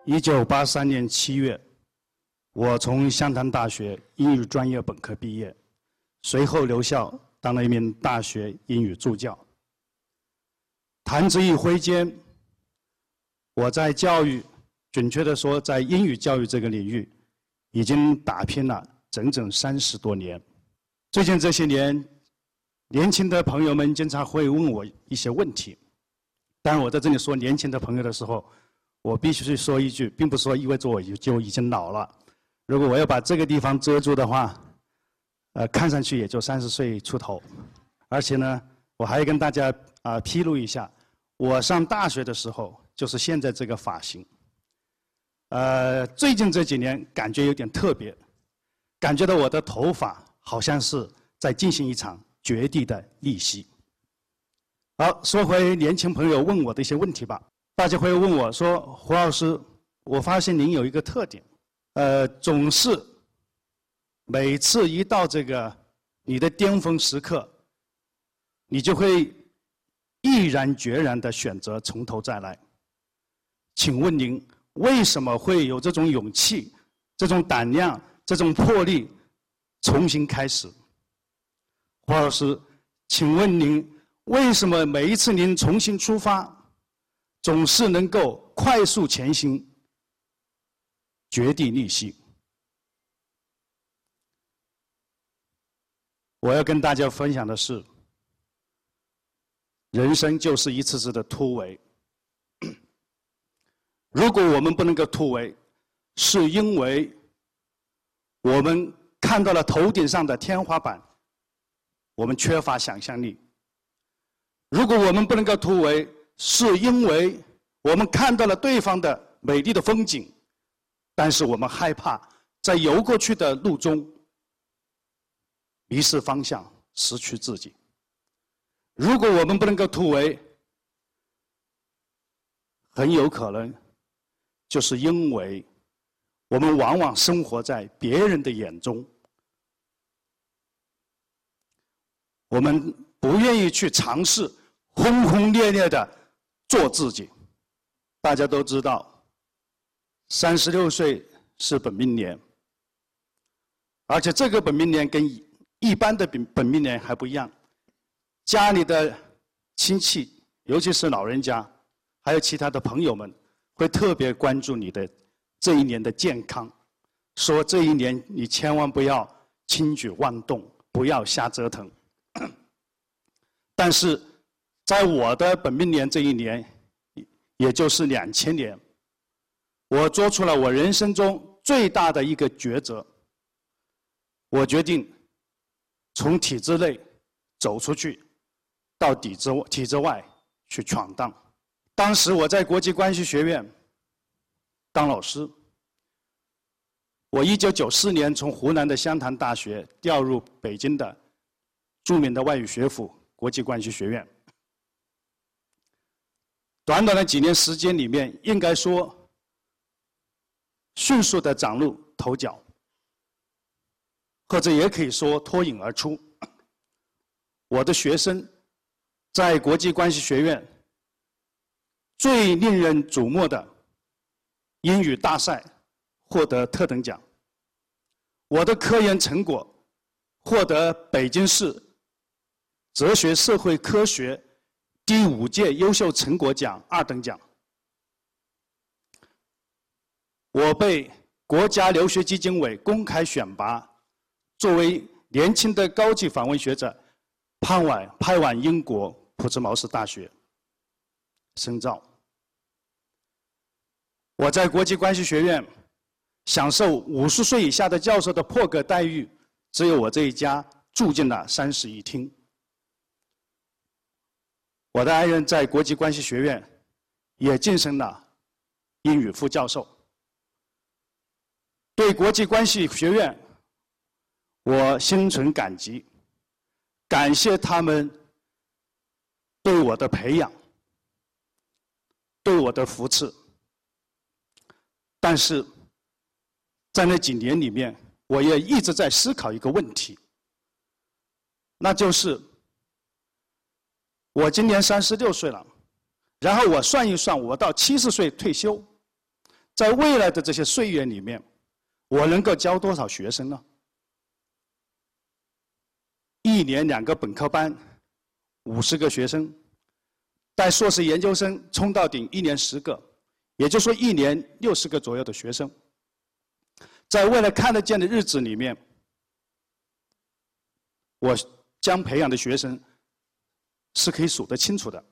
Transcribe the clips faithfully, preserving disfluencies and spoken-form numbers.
一九八三年七月，我从湘潭大学英语专业本科毕业，随后留校当了一名大学英语助教。弹指一挥间，我在教育，准确的说，在英语教育这个领域，已经打拼了整整三十多年。最近这些年，年轻的朋友们经常会问我一些问题。当然，我在这里说年轻的朋友的时候，我必须去说一句，并不是说意味着我就已经老了。如果我要把这个地方遮住的话，呃，看上去也就三十岁出头。而且呢，我还要跟大家啊、呃、披露一下，我上大学的时候就是现在这个发型。呃，最近这几年感觉有点特别，感觉到我的头发好像是在进行一场绝地的逆袭。好，说回年轻朋友问我的一些问题吧。大家会问我说：“胡老师，我发现您有一个特点，呃，总是每次一到这个你的巅峰时刻，你就会毅然决然地选择从头再来。请问您为什么会有这种勇气、这种胆量、这种魄力重新开始？”胡老师，请问您为什么每一次您重新出发，总是能够快速前行，绝地逆袭？我要跟大家分享的是，人生就是一次次的突围。如果我们不能够突围，是因为我们看到了头顶上的天花板，我们缺乏想象力。如果我们不能够突围，是因为我们看到了对方的美丽的风景，但是我们害怕在游过去的路中迷失方向，失去自己。如果我们不能够突围，很有可能就是因为我们往往生活在别人的眼中，我们不愿意去尝试轰轰烈烈的做自己。大家都知道，三十六岁是本命年，而且这个本命年跟一般的本本命年还不一样。家里的亲戚，尤其是老人家，还有其他的朋友们，会特别关注你的这一年的健康，说这一年你千万不要轻举妄动，不要瞎折腾。但是在我的本命年这一年，也就是两千年，我做出了我人生中最大的一个抉择。我决定从体制内走出去，到体制体制外去闯荡。当时我在国际关系学院当老师。我一九九四年从湖南的湘潭大学调入北京的著名的外语学府国际关系学院。短短的几年时间里面，应该说迅速的崭露头角，或者也可以说脱颖而出。我的学生在国际关系学院最令人瞩目的英语大赛获得特等奖，我的科研成果获得北京市哲学社会科学第五届优秀成果奖二等奖。我被国家留学基金委公开选拔，作为年轻的高级访问学者，派往派往英国普茨茅斯大学深造。我在国际关系学院享受五十岁以下的教授的破格待遇，只有我这一家住进了三室一厅。我的爱人在国际关系学院也晋升了英语副教授。对国际关系学院，我心存感激，感谢他们对我的培养，对我的扶持。但是在那几年里面，我也一直在思考一个问题，那就是我今年三十六岁了，然后我算一算，我到七十岁退休， 在未来的这些岁月里面，我能够教多少学生呢？一年两个本科班，五十个学生，带硕士研究生冲到顶，一年十个，也就是说一年六十个左右的学生。在未来看得见的日子里面，我将培养的学生是可以数得清楚的。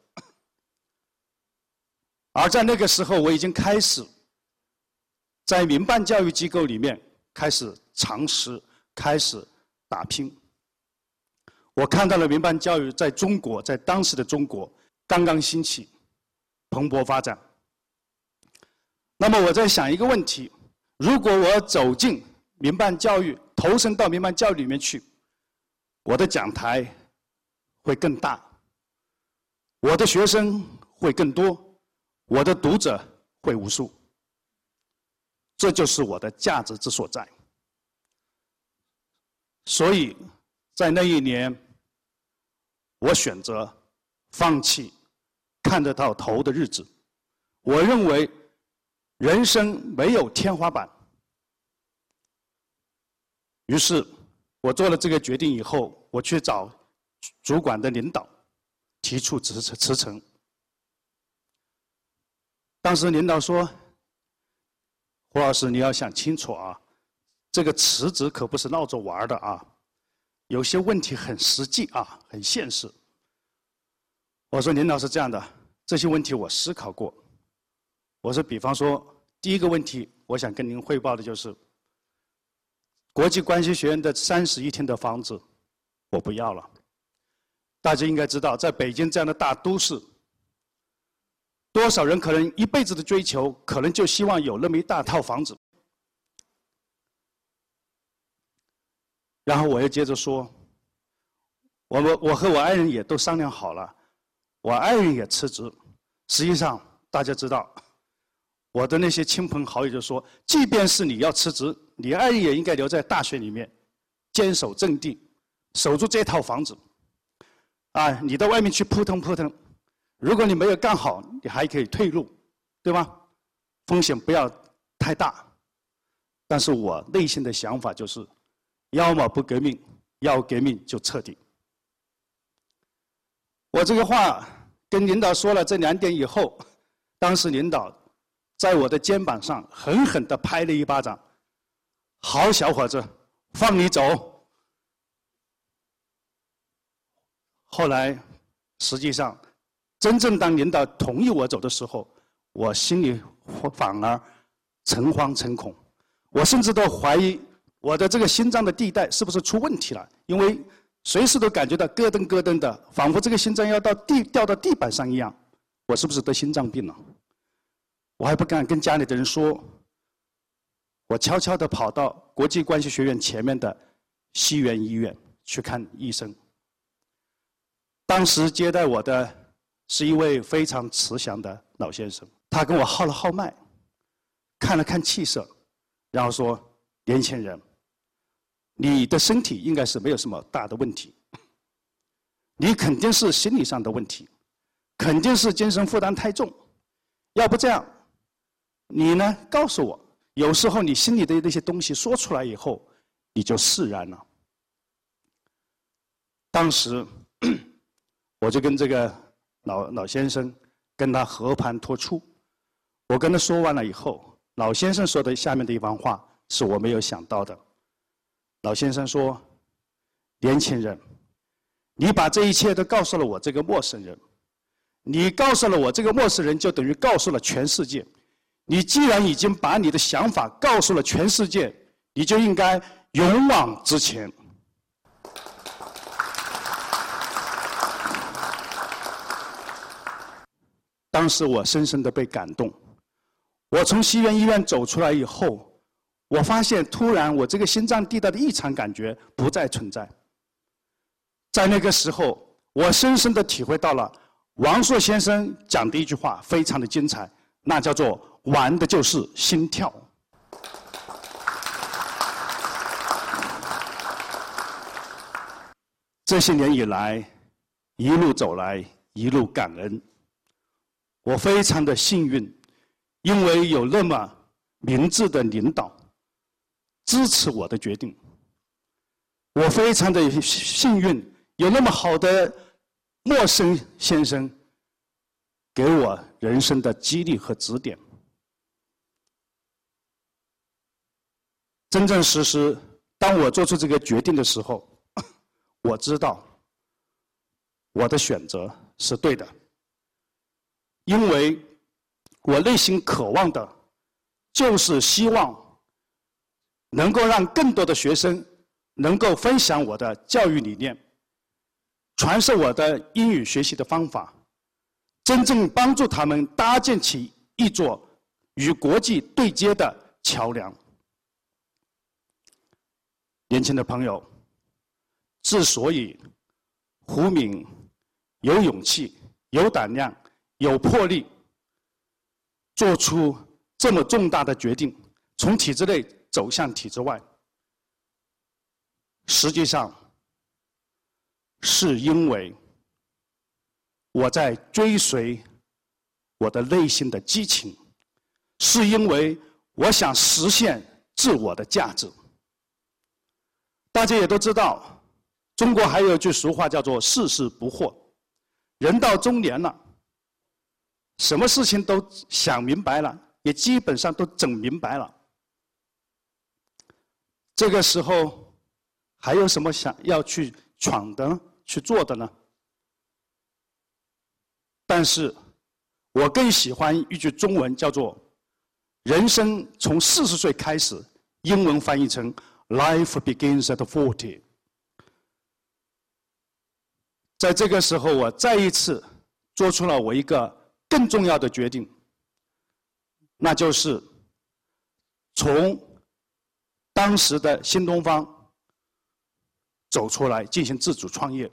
而在那个时候，我已经开始在民办教育机构里面开始尝试，开始打拼。我看到了民办教育在中国，在当时的中国刚刚兴起，蓬勃发展。那么我在想一个问题：如果我走进民办教育，投身到民办教育里面去，我的讲台会更大，我的学生会更多，我的读者会无数。这就是我的价值之所在。所以在那一年，我选择放弃看得到头的日子。我认为人生没有天花板。于是我做了这个决定以后，我去找主管的领导提出辞辞呈。当时领导说：“胡老师，你要想清楚啊，这个辞职可不是闹着玩的啊，有些问题很实际啊，很现实。”我说：“领导是这样的，这些问题我思考过。我说，比方说，第一个问题，我想跟您汇报的就是，国际关系学院的三室一厅的房子，我不要了。大家应该知道，在北京这样的大都市，多少人可能一辈子的追求，可能就希望有那么一大套房子。”然后我又接着说，我我我和我爱人也都商量好了，我爱人也辞职。实际上，大家知道，我的那些亲朋好友就说，即便是你要辞职，你爱人也应该留在大学里面，坚守阵地，守住这套房子。啊，你到外面去扑腾扑腾，如果你没有干好，你还可以退路，对吧？风险不要太大。但是我内心的想法就是，要么不革命，要革命就彻底。我这个话跟领导说了这两点以后，当时领导在我的肩膀上狠狠地拍了一巴掌：“好小伙子，放你走。”后来，实际上，真正当领导同意我走的时候，我心里反而诚惶诚恐，我甚至都怀疑我的这个心脏的地带是不是出问题了，因为随时都感觉到咯噔咯噔的，仿佛这个心脏要到地掉到地板上一样，我是不是得心脏病了？我还不敢跟家里的人说，我悄悄地跑到国际关系学院前面的西园医院去看医生。当时接待我的是一位非常慈祥的老先生，他跟我号了号脉，看了看气色，然后说：“年轻人，你的身体应该是没有什么大的问题，你肯定是心理上的问题，肯定是精神负担太重。要不这样，你呢告诉我，有时候你心里的那些东西说出来以后，你就释然了。”当时我就跟这个老老先生跟他和盘托出，我跟他说完了以后，老先生说的下面的一番话是我没有想到的。老先生说：“年轻人，你把这一切都告诉了我这个陌生人，你告诉了我这个陌生人，就等于告诉了全世界。你既然已经把你的想法告诉了全世界，你就应该勇往直前。”当时我深深地被感动。我从西园医院走出来以后，我发现突然我这个心脏地带的异常感觉不再存在。在那个时候，我深深地体会到了王朔先生讲的一句话，非常的精彩，那叫做“玩的就是心跳”。这些年以来，一路走来，一路感恩。我非常的幸运，因为有那么明智的领导，支持我的决定。我非常的幸运，有那么好的莫生先生给我人生的激励和指点。真正实施，当我做出这个决定的时候，我知道我的选择是对的，因为我内心渴望的就是希望能够让更多的学生能够分享我的教育理念，传授我的英语学习的方法，真正帮助他们搭建起一座与国际对接的桥梁。年轻的朋友，之所以胡敏有勇气、有胆量、有魄力，做出这么重大的决定，从体制内走向体制外，实际上是因为我在追随我的内心的激情，是因为我想实现自我的价值。大家也都知道，中国还有一句俗话叫做世事不惑，人到中年了，什么事情都想明白了，也基本上都整明白了。这个时候还有什么想要去闯的、去做的呢？但是我更喜欢一句中文，叫做“人生从四十岁开始”，英文翻译成 Life begins at forty。在这个时候，我再一次做出了我一个更重要的决定，那就是从当时的新东方走出来进行自主创业。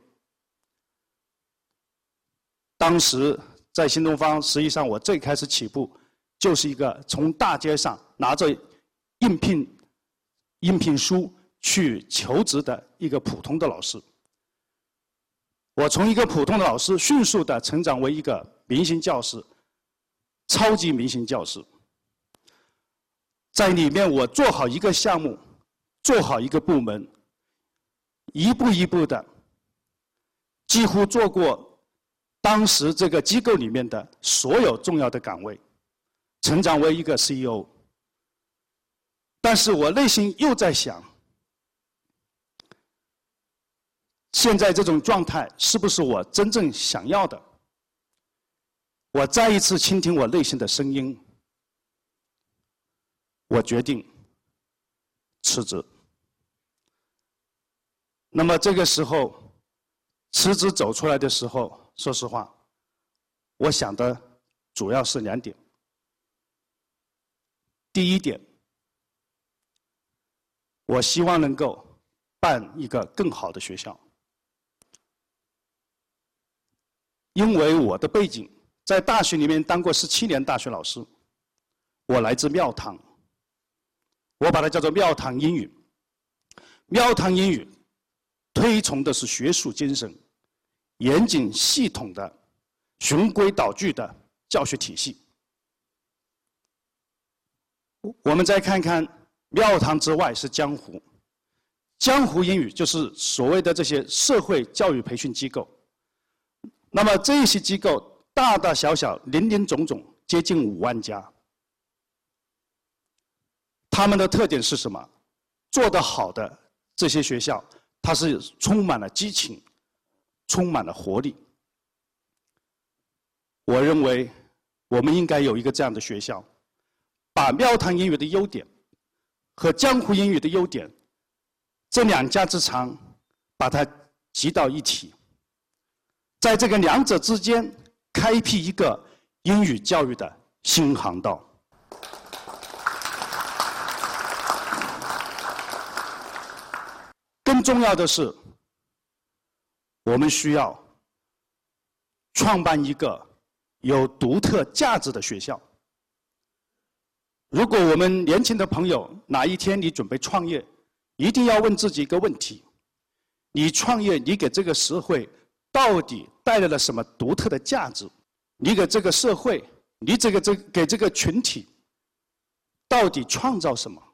当时在新东方，实际上我最开始起步就是一个从大街上拿着应聘应聘书去求职的一个普通的老师。我从一个普通的老师迅速的成长为一个明星教师，超级明星教师。在里面我做好一个项目，做好一个部门，一步一步的几乎做过当时这个机构里面的所有重要的岗位，成长为一个 C E O。但是我内心又在想，现在这种状态是不是我真正想要的？我再一次倾听我内心的声音，我决定辞职。那么这个时候，辞职走出来的时候，说实话，我想的主要是两点。第一点，我希望能够办一个更好的学校，因为我的背景在大学里面当过十七年大学老师，我来自庙堂，我把它叫做庙堂英语。庙堂英语推崇的是学术精神，严谨系统的、循规蹈矩的教学体系。我们再看看庙堂之外是江湖，江湖英语就是所谓的这些社会教育培训机构。那么这些机构大大小小、林林总总，接近五万家。他们的特点是什么？做得好的这些学校，它是充满了激情，充满了活力。我认为我们应该有一个这样的学校，把庙堂英语的优点和江湖英语的优点这两家之长把它集到一起，在这个两者之间开辟一个英语教育的新航道。更重要的是，我们需要创办一个有独特价值的学校。如果我们年轻的朋友哪一天你准备创业，一定要问自己一个问题：你创业，你给这个社会到底带来了什么独特的价值？你给这个社会，你这个这给这个群体到底创造什么？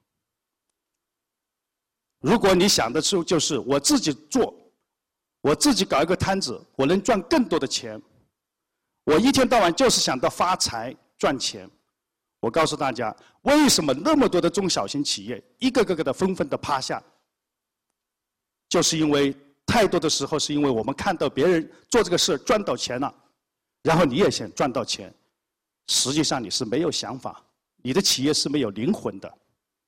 如果你想的是就是我自己做，我自己搞一个摊子，我能赚更多的钱，我一天到晚就是想到发财赚钱。我告诉大家，为什么那么多的中小型企业一个个个的纷纷的趴下？就是因为太多的时候是因为我们看到别人做这个事赚到钱了，然后你也想赚到钱，实际上你是没有想法，你的企业是没有灵魂的。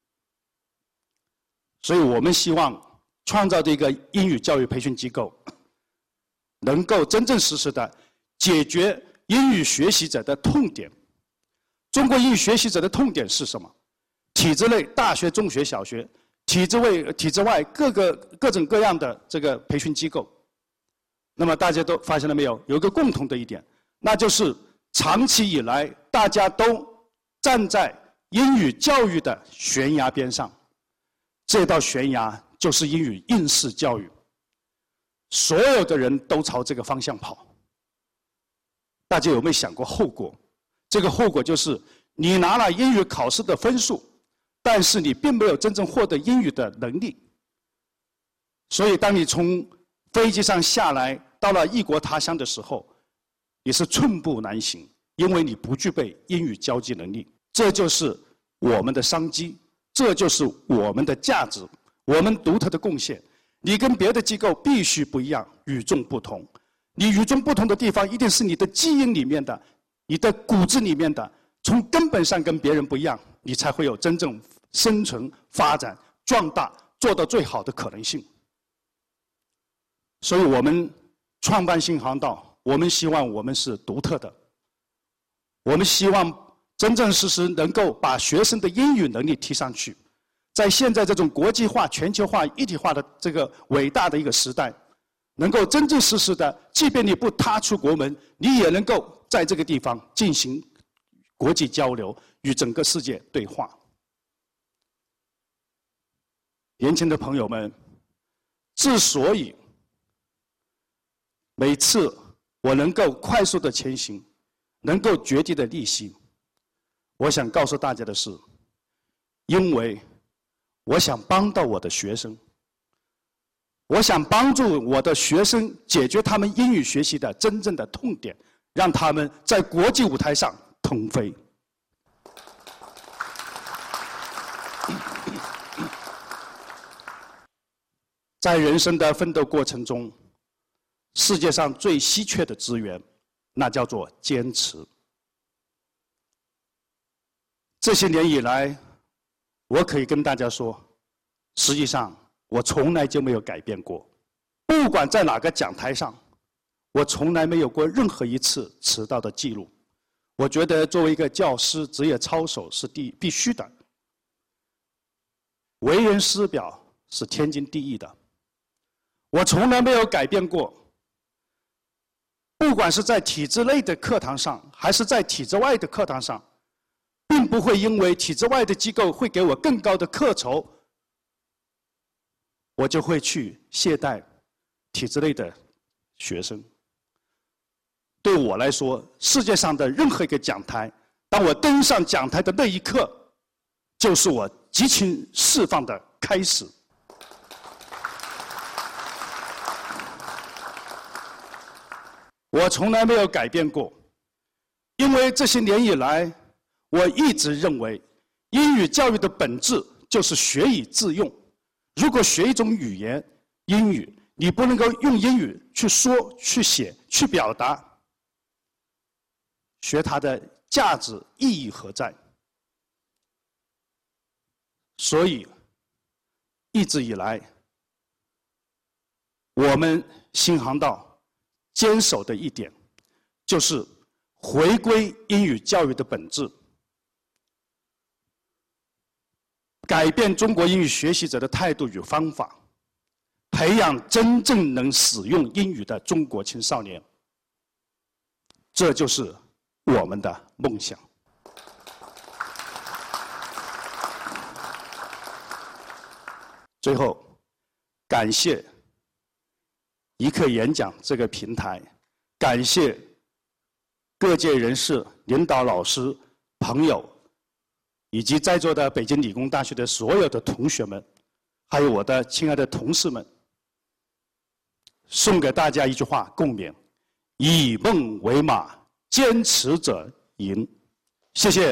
所以我们希望创造这个英语教育培训机构，能够真正实实的解决英语学习者的痛点。中国英语学习者的痛点是什么？体制内大学、中学、小学，体制外、体制外各个各种各样的这个培训机构。那么大家都发现了没有？有一个共同的一点，那就是长期以来大家都站在英语教育的悬崖边上，这道悬崖就是英语应试教育，所有的人都朝这个方向跑。大家有没有想过后果？这个后果就是你拿了英语考试的分数，但是你并没有真正获得英语的能力。所以当你从飞机上下来到了异国他乡的时候，你是寸步难行，因为你不具备英语交际能力。这就是我们的商机，这就是我们的价值，我们独特的贡献。你跟别的机构必须不一样，与众不同。你与众不同的地方，一定是你的基因里面的，你的骨子里面的，从根本上跟别人不一样，你才会有真正生存、发展、壮大、做到最好的可能性。所以我们创办新航道，我们希望我们是独特的，我们希望真正实实能够把学生的英语能力提上去。在现在这种国际化、全球化、一体化的这个伟大的一个时代，能够真正实实的，即便你不踏出国门，你也能够在这个地方进行国际交流，与整个世界对话。年轻的朋友们，之所以每次我能够快速的前行，能够绝地的逆袭，我想告诉大家的是，因为我想帮到我的学生，我想帮助我的学生解决他们英语学习的真正的痛点，让他们在国际舞台上腾飞。在人生的奋斗过程中，世界上最稀缺的资源，那叫做坚持。这些年以来，我可以跟大家说，实际上我从来就没有改变过。不管在哪个讲台上，我从来没有过任何一次迟到的记录。我觉得作为一个教师，职业操守是第必须的，为人师表是天经地义的。我从来没有改变过，不管是在体制内的课堂上，还是在体制外的课堂上，并不会因为体制外的机构会给我更高的课酬，我就会去懈怠体制内的学生。对我来说，世界上的任何一个讲台，当我登上讲台的那一刻，就是我激情释放的开始。我从来没有改变过，因为这些年以来，我一直认为，英语教育的本质就是学以致用。如果学一种语言，英语，你不能够用英语去说、去写、去表达，学它的价值意义何在？所以，一直以来，我们新航道坚守的一点，就是回归英语教育的本质，改变中国英语学习者的态度与方法，培养真正能使用英语的中国青少年。这就是我们的梦想。最后，感谢一课演讲这个平台，感谢各界人士、领导、老师、朋友以及在座的北京理工大学的所有的同学们，还有我的亲爱的同事们，送给大家一句话共勉：以梦为马，坚持者赢。谢谢。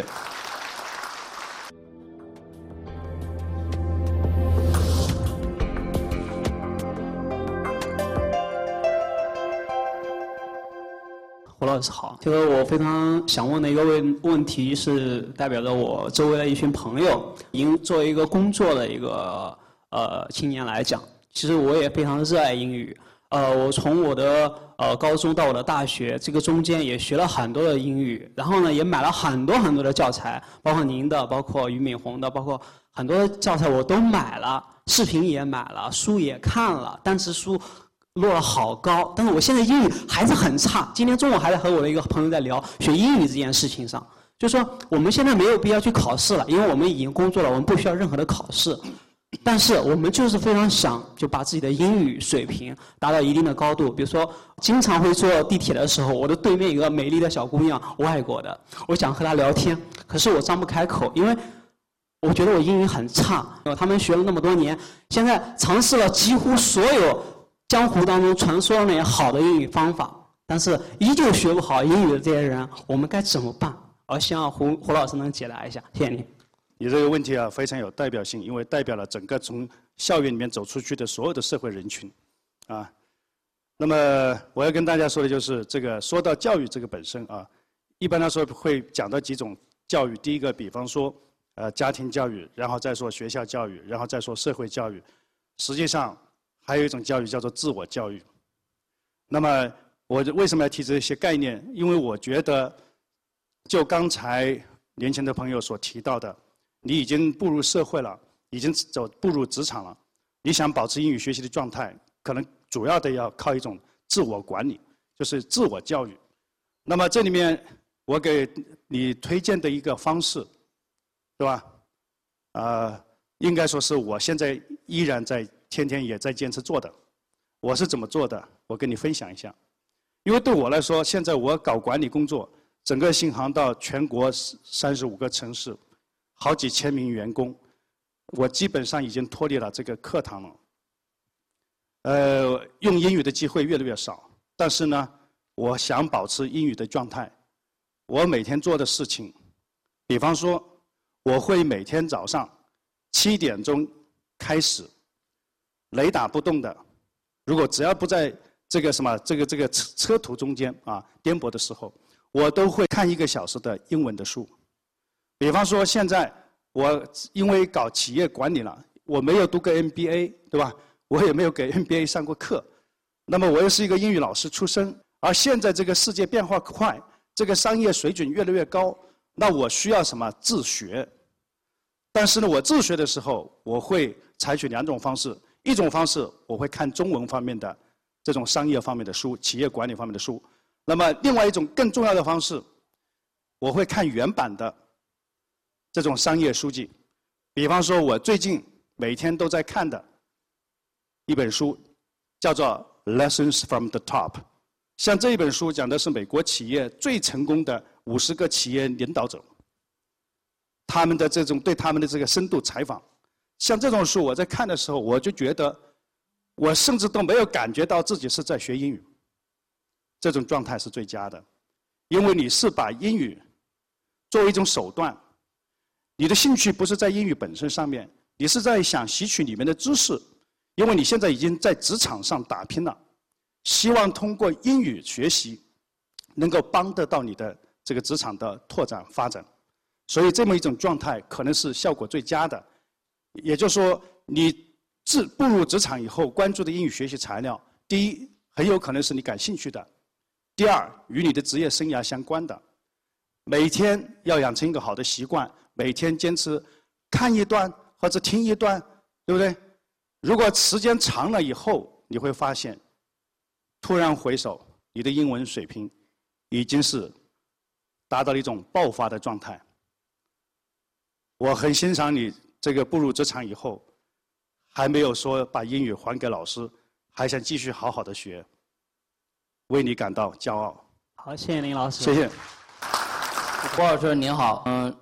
胡老师好，这个我非常想问的一个问问题是，代表着我周围的一群朋友，已经作为一个工作的一个呃青年来讲，其实我也非常热爱英语。呃，我从我的呃高中到我的大学，这个中间也学了很多的英语，然后呢，也买了很多很多的教材，包括您的，包括俞敏洪的，包括很多教材我都买了，视频也买了，书也看了，单词书落了好高，但是我现在英语还是很差。今天中午还在和我的一个朋友在聊学英语这件事情上，就说我们现在没有必要去考试了，因为我们已经工作了，我们不需要任何的考试。但是我们就是非常想就把自己的英语水平达到一定的高度。比如说，经常会坐地铁的时候，我的对面有个美丽的小姑娘，外国的，我想和她聊天，可是我张不开口，因为我觉得我英语很差。他们学了那么多年，现在尝试了几乎所有江湖当中传说的那些好的英语方法，但是依旧学不好英语的这些人，我们该怎么办？我希望胡胡老师能解答一下，谢谢您。 你这个问题啊非常有代表性，因为代表了整个从校园里面走出去的所有的社会人群，啊。那么我要跟大家说的就是，这个说到教育这个本身啊，一般来说会讲到几种教育。第一个，比方说呃家庭教育，然后再说学校教育，然后再说社会教育。实际上还有一种教育叫做自我教育。那么我为什么要提这些概念？因为我觉得，就刚才年轻的朋友所提到的。你已经步入社会了，已经走步入职场了，你想保持英语学习的状态，可能主要的要靠一种自我管理，就是自我教育。那么这里面我给你推荐的一个方式，是吧？呃，应该说是我现在依然在天天也在坚持做的。我是怎么做的？我跟你分享一下。因为对我来说，现在我搞管理工作，整个信航到全国三十五个城市。好几千名员工，我基本上已经脱离了这个课堂了。呃，用英语的机会越来越少，但是呢，我想保持英语的状态。我每天做的事情，比方说，我会每天早上七点钟开始，雷打不动的，如果只要不在这个什么这个这个车车途中间啊颠簸的时候，我都会看一个小时的英文的书。比方说，现在我因为搞企业管理了，我没有读过 M B A， 对吧？我也没有给 M B A 上过课。那么我又是一个英语老师出身，而现在这个世界变化快，这个商业水准越来越高，那我需要什么？自学。但是呢，我自学的时候，我会采取两种方式：一种方式我会看中文方面的这种商业方面的书、企业管理方面的书；那么另外一种更重要的方式，我会看原版的。这种商业书籍，比方说，我最近每天都在看的一本书，叫做《Lessons from the Top》。像这一本书讲的是美国企业最成功的五十个企业领导者，他们的这种对他们的这个深度采访。像这种书，我在看的时候，我就觉得，我甚至都没有感觉到自己是在学英语。这种状态是最佳的，因为你是把英语作为一种手段。你的兴趣不是在英语本身上面，你是在想吸取里面的知识，因为你现在已经在职场上打拼了，希望通过英语学习，能够帮得到你的这个职场的拓展发展，所以这么一种状态可能是效果最佳的。也就是说，你自步入职场以后关注的英语学习材料，第一很有可能是你感兴趣的；第二，与你的职业生涯相关的。每天要养成一个好的习惯。每天坚持看一段或者听一段，对不对？如果时间长了以后，你会发现，突然回首，你的英文水平已经是达到了一种爆发的状态。我很欣赏你这个步入职场以后，还没有说把英语还给老师，还想继续好好的学，为你感到骄傲。 好，谢谢林老师。 谢谢。 胡老师您好，嗯。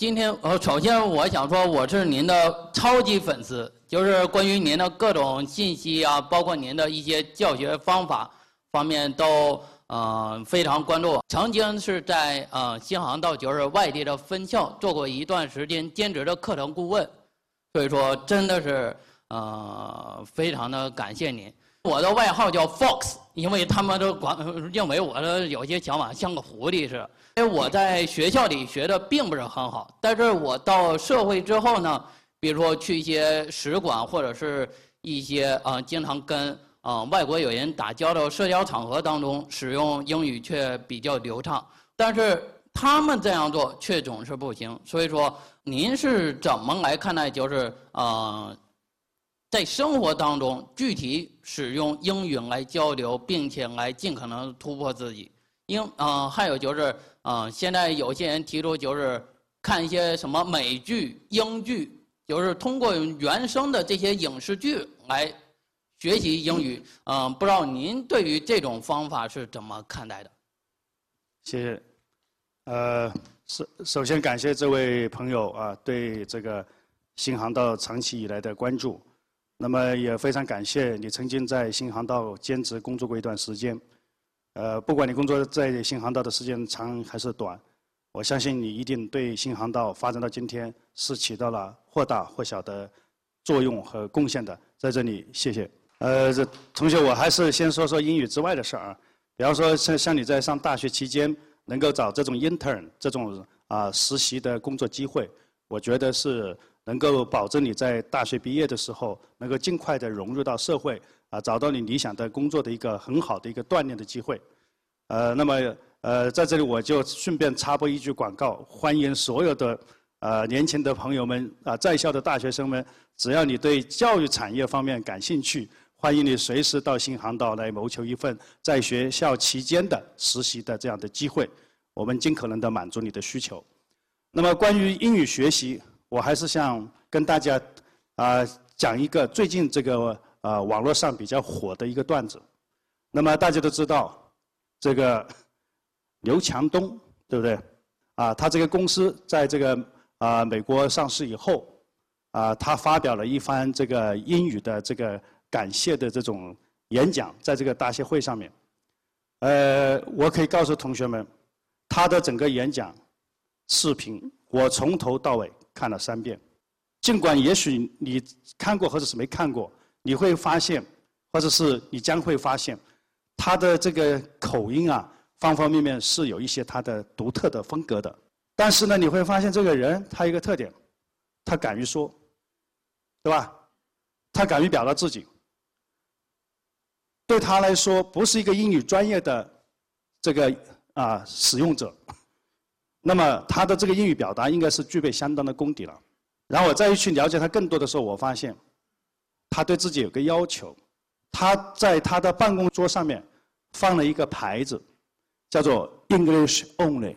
今天呃，首先我想说，我是您的超级粉丝，就是关于您的各种信息啊，包括您的一些教学方法方面都呃非常关注。曾经是在呃新航道就是外地的分校做过一段时间兼职的课程顾问，所以说真的是呃非常的感谢您。我的外号叫 Fox， 因为他们都管认为我的有些想法像个狐狸似的。因为我在学校里学的并不是很好，但是我到社会之后呢，比如说去一些使馆或者是一些呃经常跟呃外国友人打交道社交场合当中，使用英语却比较流畅，但是他们这样做却总是不行。所以说，您是怎么来看待就是呃在生活当中具体使用英语来交流，并且来尽可能突破自己？英呃还有就是。啊、呃，现在有些人提出就是看一些什么美剧、英剧，就是通过原生的这些影视剧来学习英语。嗯、呃，不知道您对于这种方法是怎么看待的？ 谢谢。呃，首首先感谢这位朋友啊对这个新航道长期以来的关注。那么也非常感谢你曾经在新航道兼职工作过一段时间。呃，不管你工作在新航道的时间长还是短，我相信你一定对新航道发展到今天是起到了或大或小的作用和贡献的。在这里，谢谢。呃，这同学，我还是先说说英语之外的事儿啊。比方说，像像你在上大学期间能够找这种 intern 这种啊实习的工作机会，我觉得是能够保证你在大学毕业的时候能够尽快的融入到社会。啊，找到你理想的工作的一个很好的一个锻炼的机会，呃，那么呃，在这里我就顺便插播一句广告，欢迎所有的呃年轻的朋友们啊，在校的大学生们，只要你对教育产业方面感兴趣，欢迎你随时到新航道来谋求一份在学校期间的实习的这样的机会，我们尽可能的满足你的需求。那么关于英语学习，我还是想跟大家啊讲一个最近这个。啊、呃，网络上比较火的一个段子。那么大家都知道，这个刘强东，对不对？啊，他这个公司在这个啊、呃、美国上市以后，啊，他发表了一番这个英语的这个感谢的这种演讲，在这个大协会上面。呃，我可以告诉同学们，他的整个演讲视频，我从头到尾看了三遍。尽管也许你看过或者是没看过。你会发现，或者是你将会发现，他的这个口音啊，方方面面是有一些他的独特的风格的。但是呢，你会发现这个人他有一个特点，他敢于说，对吧？他敢于表达自己。对他来说，不是一个英语专业的这个啊使用者，那么他的这个英语表达应该是具备相当的功底了。然后我再去了解他更多的时候，我发现。他对自己有个要求，他在他的办公桌上面放了一个牌子，叫做 English Only。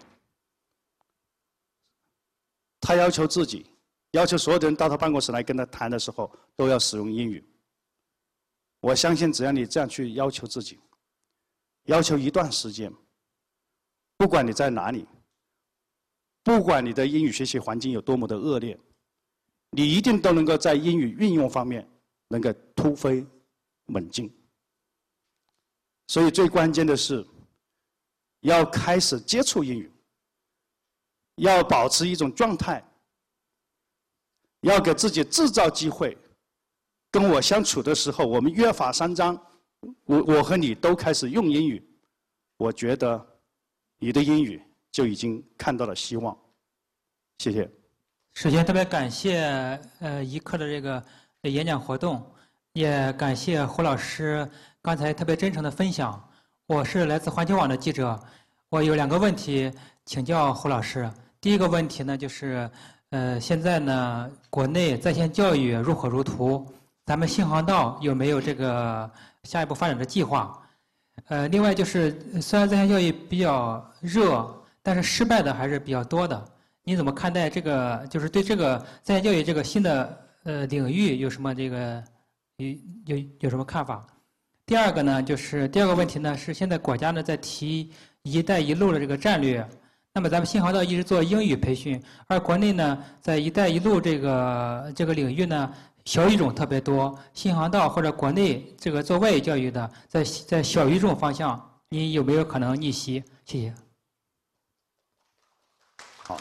他要求自己，要求所有的人到他办公室来跟他谈的时候，都要使用英语。我相信，只要你这样去要求自己，要求一段时间，不管你在哪里，不管你的英语学习环境有多么的恶劣，你一定都能够在英语运用方面。能够突飞猛进，所以最关键的是要开始接触英语，要保持一种状态，要给自己制造机会。跟我相处的时候，我们约法三章，我我和你都开始用英语，我觉得你的英语就已经看到了希望。谢谢。 首先，特别感谢呃一课的这个。演讲活动，也感谢胡老师刚才特别真诚的分享。我是来自环球网的记者，我有两个问题请教胡老师。第一个问题呢，就是呃，现在呢，国内在线教育如火如荼，咱们新航道有没有这个下一步发展的计划？呃，另外就是，虽然在线教育比较热，但是失败的还是比较多的。你怎么看待这个？就是对这个在线教育这个新的？呃，领域有什么这个有有有什么看法？第二个呢，就是第二个问题呢，是现在国家呢在提“一带一路”的这个战略， 那么咱们新航道一直做英语培训，而国内呢，在“一带一路”这个这个领域呢，小语种特别多。新航道或者国内这个做外语教育的，在在小语种方向，你有没有可能逆袭？谢谢。 好，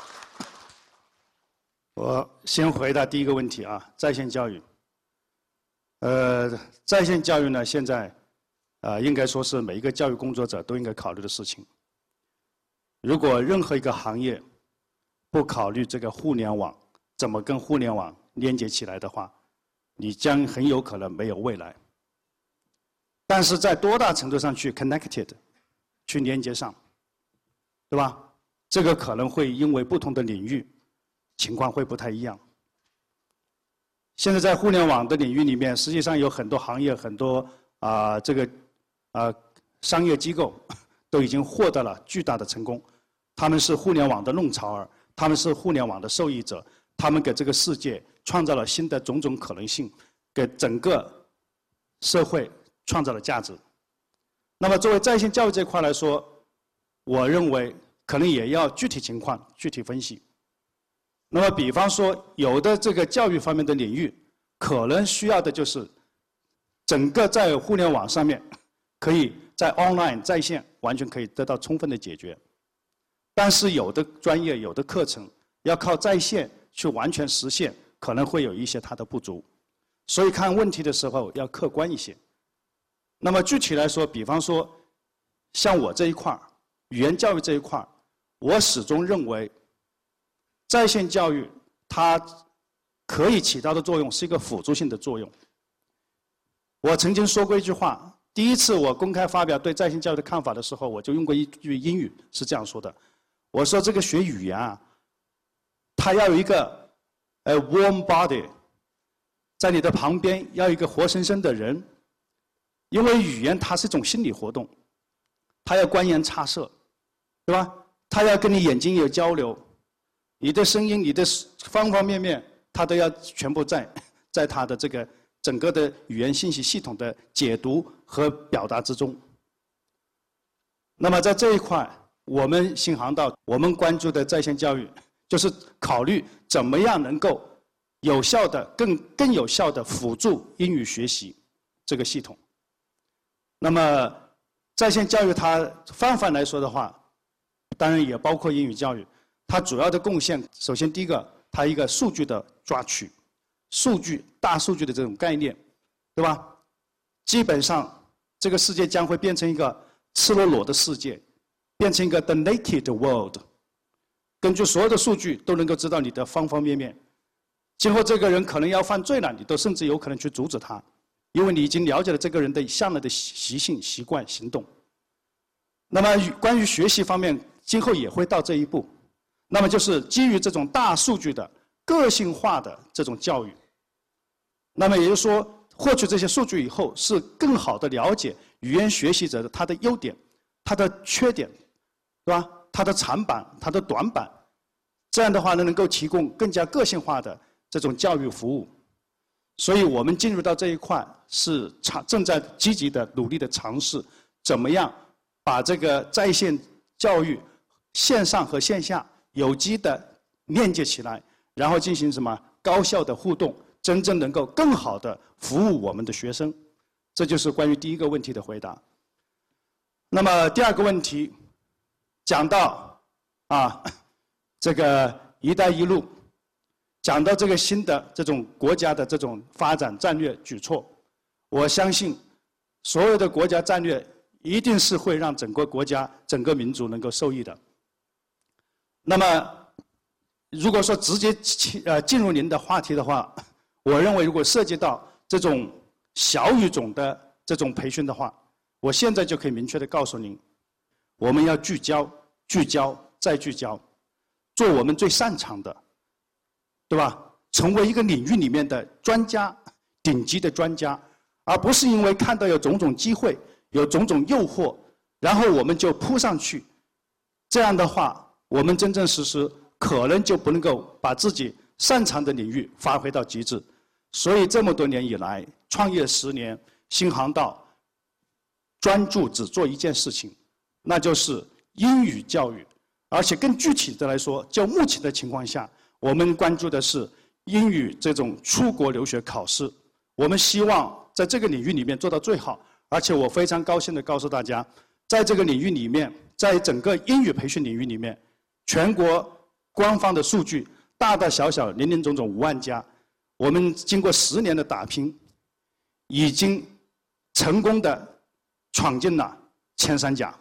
我先回答第一个问题啊，在线教育。呃，在线教育呢，现在啊、呃，应该说是每一个教育工作者都应该考虑的事情。如果任何一个行业不考虑这个互联网怎么跟互联网连接起来的话，你将很有可能没有未来。但是在多大程度上去 connected， 去连接上，对吧？这个可能会因为不同的领域情况会不太一样。现在在互联网的领域里面，实际上有很多行业、很多啊、呃、这个啊、呃、商业机构都已经获得了巨大的成功。他们是互联网的弄潮儿，他们是互联网的受益者，他们给这个世界创造了新的种种可能性，给整个社会创造了价值。那么作为在线教育这块来说，我认为可能也要具体情况具体分析。那么比方说，有的这个教育方面的领域，可能需要的就是整个在互联网上面，可以在 online 在线完全可以得到充分的解决。但是有的专业、有的课程要靠在线去完全实现，可能会有一些它的不足。所以看问题的时候要客观一些。那么具体来说，比方说像我这一块儿，语言教育这一块儿，我始终认为在线教育它可以起到的作用是一个辅助性的作用。我曾经说过一句话，第一次我公开发表对在线教育的看法的时候，我就用过一句英语是这样说的，我说这个学语言啊，它要有一个呃 warm body， 在你的旁边要有一个活生生的人，因为语言它是一种心理活动，它要观言察色，对吧？它要跟你眼睛有交流，你的声音、你的方方面面，它都要全部在在它的这个整个的语言信息系统的解读和表达之中。那么在这一块，我们新航道我们关注的在线教育，就是考虑怎么样能够有效的、更更有效的辅助英语学习这个系统。那么在线教育它泛泛来说的话，当然也包括英语教育。它主要的贡献，首先第一个，它一个数据的抓取，数据、大数据的这种概念，对吧？基本上，这个世界将会变成一个赤裸裸的世界，变成一个 the naked world。根据所有的数据，都能够知道你的方方面面。今后这个人可能要犯罪了，你都甚至有可能去阻止他，因为你已经了解了这个人的向来的习性、习惯、行动。那么关于学习方面，今后也会到这一步。那么就是基于这种大数据的个性化的这种教育。那么也就是说，获取这些数据以后，是更好的了解语言学习者的他的优点、他的缺点，对吧？他的长板、他的短板。这样的话呢，能够提供更加个性化的这种教育服务。所以我们进入到这一块，是尝正在积极的努力的尝试，怎么样把这个在线教育线上和线下有机的链接起来，然后进行什么高效的互动，真正能够更好的服务我们的学生。这就是关于第一个问题的回答。那么第二个问题，讲到啊这个“一带一路”，讲到这个新的这种国家的这种发展战略举措，我相信所有的国家战略一定是会让整个国家、整个民族能够受益的。那么，如果说直接呃进入您的话题的话，我认为如果涉及到这种小语种的这种培训的话，我现在就可以明确的告诉您，我们要聚焦、聚焦再聚焦，做我们最擅长的，对吧？成为一个领域里面的专家、顶级的专家，而不是因为看到有种种机会、有种种诱惑，然后我们就扑上去。这样的话，我们真正实施可能就不能够把自己擅长的领域发挥到极致。所以这么多年以来，创业十年，新航道专注只做一件事情，那就是英语教育， 而且更具体的来说，就目前的情况下，我们关注的是英语这种出国留学考试，我们希望在这个领域里面做到最好。而且我非常高兴地告诉大家，在这个领域里面，在整个英语培训领域里面，全国官方的数据，大大小小、林林总总五万家，我们经过十年的打拼，已经成功地闯进了前三甲。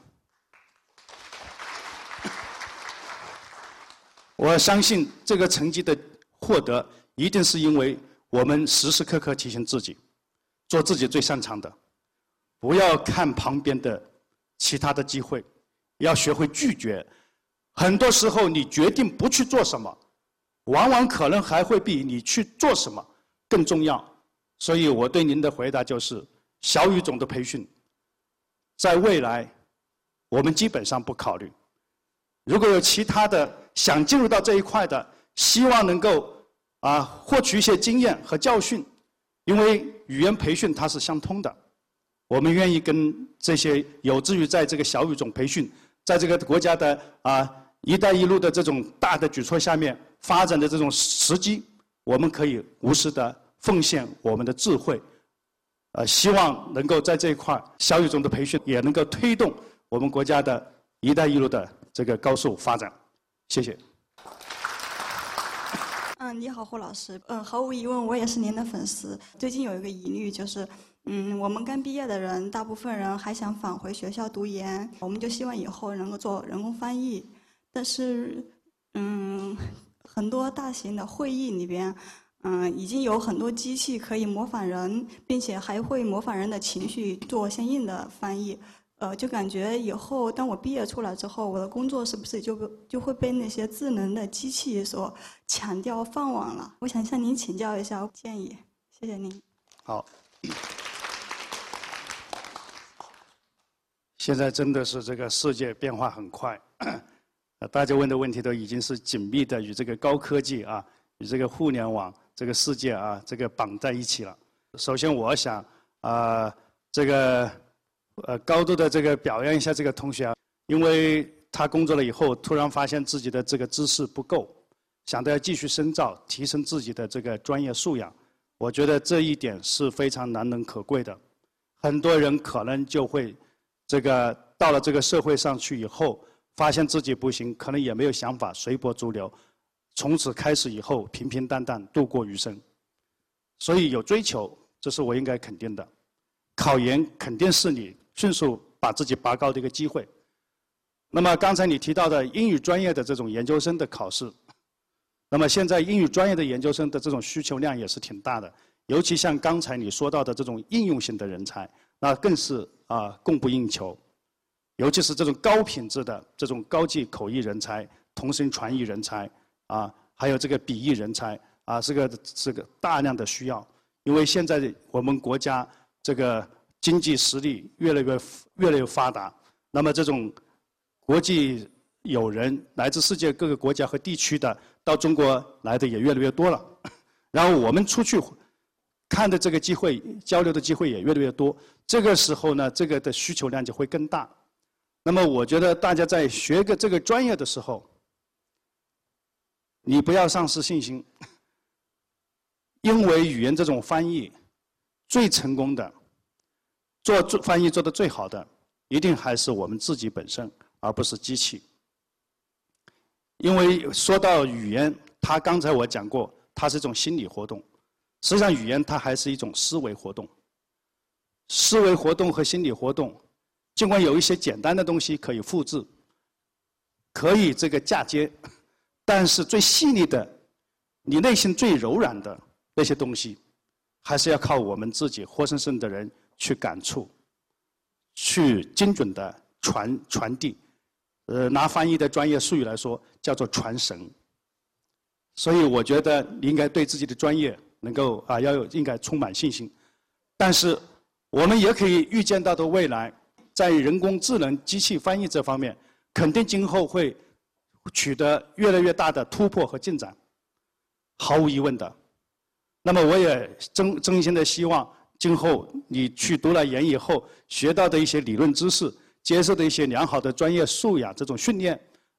我相信这个成绩的获得，一定是因为我们时时刻刻提醒自己，做自己最擅长的，不要看旁边的其他的机会，要学会拒绝。很多时候，你决定不去做什么，往往可能还会比你去做什么更重要。所以我对您的回答就是：小语种的培训，在未来我们基本上不考虑。如果有其他的想进入到这一块的，希望能够啊获取一些经验和教训，因为语言培训它是相通的。我们愿意跟这些有志于在这个小语种培训，在这个国家的啊“一带一路”的这种大的举措下面发展的这种时机，我们可以无私的奉献我们的智慧，呃，希望能够在这一块小语种的培训也能够推动我们国家的“一带一路”的这个高速发展。谢谢。 嗯，你好，胡老师。嗯，毫无疑问，我也是您的粉丝。最近有一个疑虑，就是，嗯，我们刚毕业的人，大部分人还想返回学校读研，我们就希望以后能够做人工翻译。但是，嗯，很多大型的会议里边，嗯，已经有很多机器可以模仿人，并且还会模仿人的情绪做相应的翻译。呃，就感觉以后当我毕业出来之后，我的工作是不是就就会被那些智能的机器所抢掉饭碗了？我想向您请教一下建议，谢谢您。 好，现在真的是这个世界变化很快，大家问的问题都已经是紧密的与这个高科技啊，与这个互联网这个世界啊，这个绑在一起了。首先，我想啊、呃，这个。呃，高度的这个表扬一下这个同学啊，因为他工作了以后，突然发现自己的这个知识不够，想到要继续深造，提升自己的这个专业素养。我觉得这一点是非常难能可贵的。很多人可能就会这个到了这个社会上去以后，发现自己不行，可能也没有想法，随波逐流，从此开始以后平平淡淡度过余生。所以有追求，这是我应该肯定的。考研肯定是你迅速把自己拔高的一个机会。那么刚才你提到的英语专业的这种研究生的考试，那么现在英语专业的研究生的这种需求量也是挺大的，尤其像刚才你说到的这种应用型的人才，那更是啊供不应求。尤其是这种高品质的这种高级口译人才、同声传译人才啊，还有这个笔译人才啊，这个这个大量的需要。因为现在我们国家这个经济实力越来越越来越发达，那么这种国际友人来自世界各个国家和地区的到中国来的也越来越多了，然后我们出去看的这个机会、交流的机会也越来越多，这个时候呢，这个的需求量就会更大。那么我觉得大家在学个这个专业的时候，你不要丧失信心，因为语言这种翻译最成功的、做翻译做得最好的，一定还是我们自己本身，而不是机器。因为说到语言，它刚才我讲过，它是一种心理活动。实际上，语言它还是一种思维活动。思维活动和心理活动，尽管有一些简单的东西可以复制，可以这个嫁接，但是最细腻的，你内心最柔软的那些东西，还是要靠我们自己活生生的人去感触，去精准的传传递。呃，拿翻译的专业术语来说，叫做传神。所以我觉得你应该对自己的专业能够啊要有应该充满信心。但是我们也可以预见到的未来，在人工智能机器翻译这方面，肯定今后会取得越来越大的突破和进展，毫无疑问的。那么我也真真心的希望，今后你去读了研以后，学到的一些理论知识，接受的一些良好的专业素养这种训练，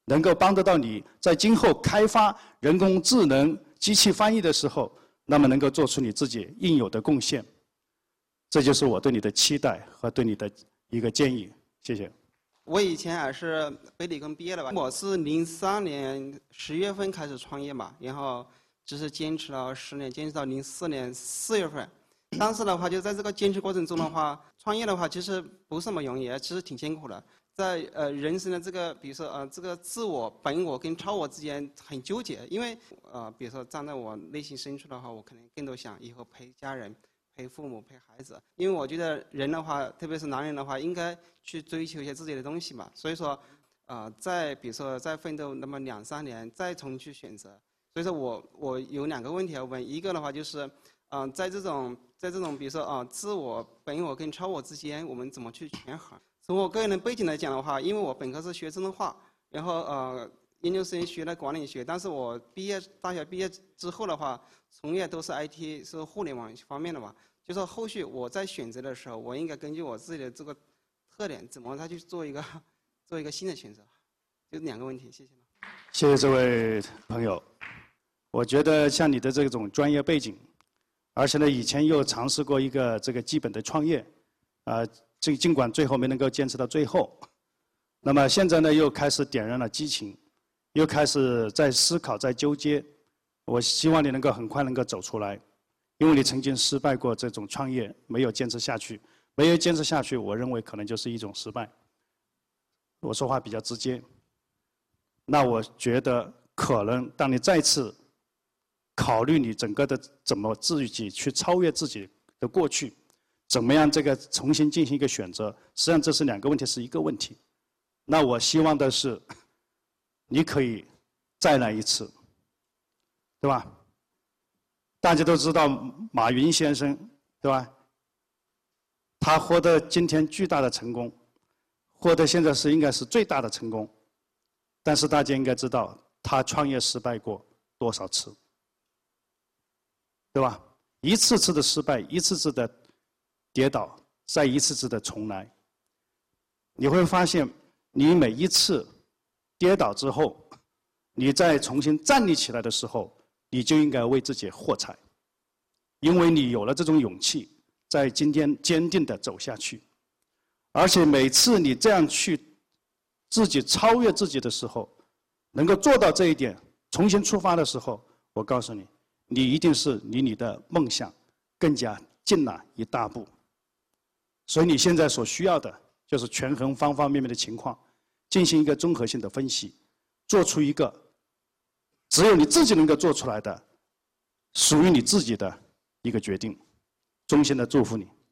能够帮得到你在今后开发人工智能、机器翻译的时候，那么能够做出你自己应有的贡献。这就是我对你的期待和对你的一个建议。谢谢。 我以前还是北理工毕业的吧，我是零三年十月份开始创业嘛，然后就是坚持了十年，坚持到零四年四月份。当时的话，就在这个坚持过程中的话，创业的话其实不是那么容易，其实挺辛苦的。在呃人生的这个，比如说呃这个自我、本我跟超我之间很纠结，因为呃比如说站在我内心深处的话，我可能更多想以后陪家人、陪父母、陪孩子，因为我觉得人的话，特别是男人的话，应该去追求一些自己的东西嘛。所以说，呃在比如说再奋斗那么两三年，再重新去选择。所以说我我有两个问题要问，一个的话就是，嗯、呃，在这种在这种比如说啊、呃、自我、本我跟超我之间，我们怎么去权衡？从我个人的背景来讲的话，因为我本科是学自动化，然后呃研究生学了管理学，但是我毕业大学毕业之后的话，从业都是 I T 是互联网方面的嘛。就说后续我在选择的时候，我应该根据我自己的这个特点，怎么再去做一个做一个新的选择？就两个问题，谢谢。 谢谢这位朋友。我觉得像你的这种专业背景，而且呢以前又尝试过一个这个基本的创业，啊、呃。尽尽管最后没能够坚持到最后，那么现在呢又开始点燃了激情，又开始在思考、在纠结。我希望你能够很快能够走出来，因为你曾经失败过这种创业，没有坚持下去，没有坚持下去，我认为可能就是一种失败。我说话比较直接。那我觉得可能当你再次考虑你整个的怎么自己去超越自己的过去。怎么样？这个重新进行一个选择，实际上这是两个问题，是一个问题。那我希望的是，你可以再来一次，对吧？大家都知道马云先生，对吧？他获得今天巨大的成功，获得现在是应该是最大的成功。但是大家应该知道，他创业失败过多少次，对吧？一次次的失败，一次次的跌倒，再一次次的重来，你会发现，你每一次跌倒之后，你再重新站立起来的时候，你就应该为自己喝彩，因为你有了这种勇气，在今天坚定地走下去。而且每次你这样去自己超越自己的时候，能够做到这一点，重新出发的时候，我告诉你，你一定是离你的梦想更加近了一大步。所以你现在所需要的就是权衡方方面面的情况，进行一个综合性的分析，做出一个只有你自己能够做出来的属于你自己的一个决定。衷心的祝福你。